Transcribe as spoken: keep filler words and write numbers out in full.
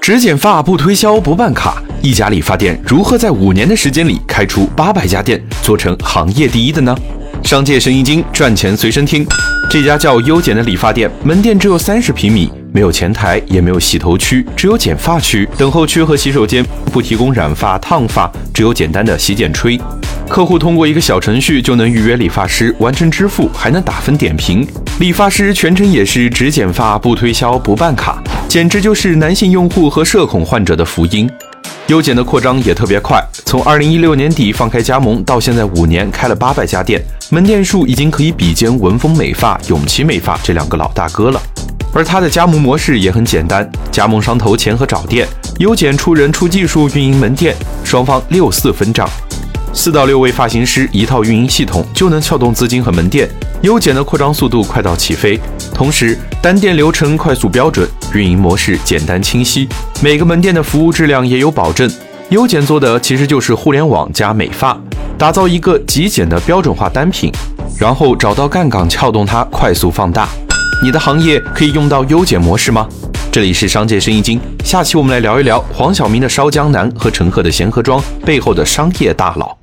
只剪发不推销不办卡，一家理发店如何在五年的时间里开出八百家店，做成行业第一的呢？商界生意经，赚钱随身听。这家叫优剪的理发店，门店只有三十平米，没有前台，也没有洗头区，只有剪发区、等候区和洗手间，不提供染发、烫发，只有简单的洗剪吹。客户通过一个小程序就能预约理发师，完成支付，还能打分点评。理发师全程也是只剪发不推销不办卡，简直就是男性用户和社恐患者的福音。优剪的扩张也特别快，从二零一六年底放开加盟到现在五年开了八百家店，门店数已经可以比肩文峰美发、永琪美发这两个老大哥了。而它的加盟模式也很简单，加盟商投钱和找店，优剪出人出技术运营门店，双方六四分账。四到六位发型师一套运营系统就能撬动资金和门店，优剪的扩张速度快到起飞，同时单店流程快速标准，运营模式简单清晰，每个门店的服务质量也有保证。优剪做的其实就是互联网加美发，打造一个极简的标准化单品，然后找到杠杆撬动它，快速放大。你的行业可以用到优剪模式吗？这里是商界生意经，下期我们来聊一聊黄晓明的烧江南和陈赫的贤合庄背后的商业大佬。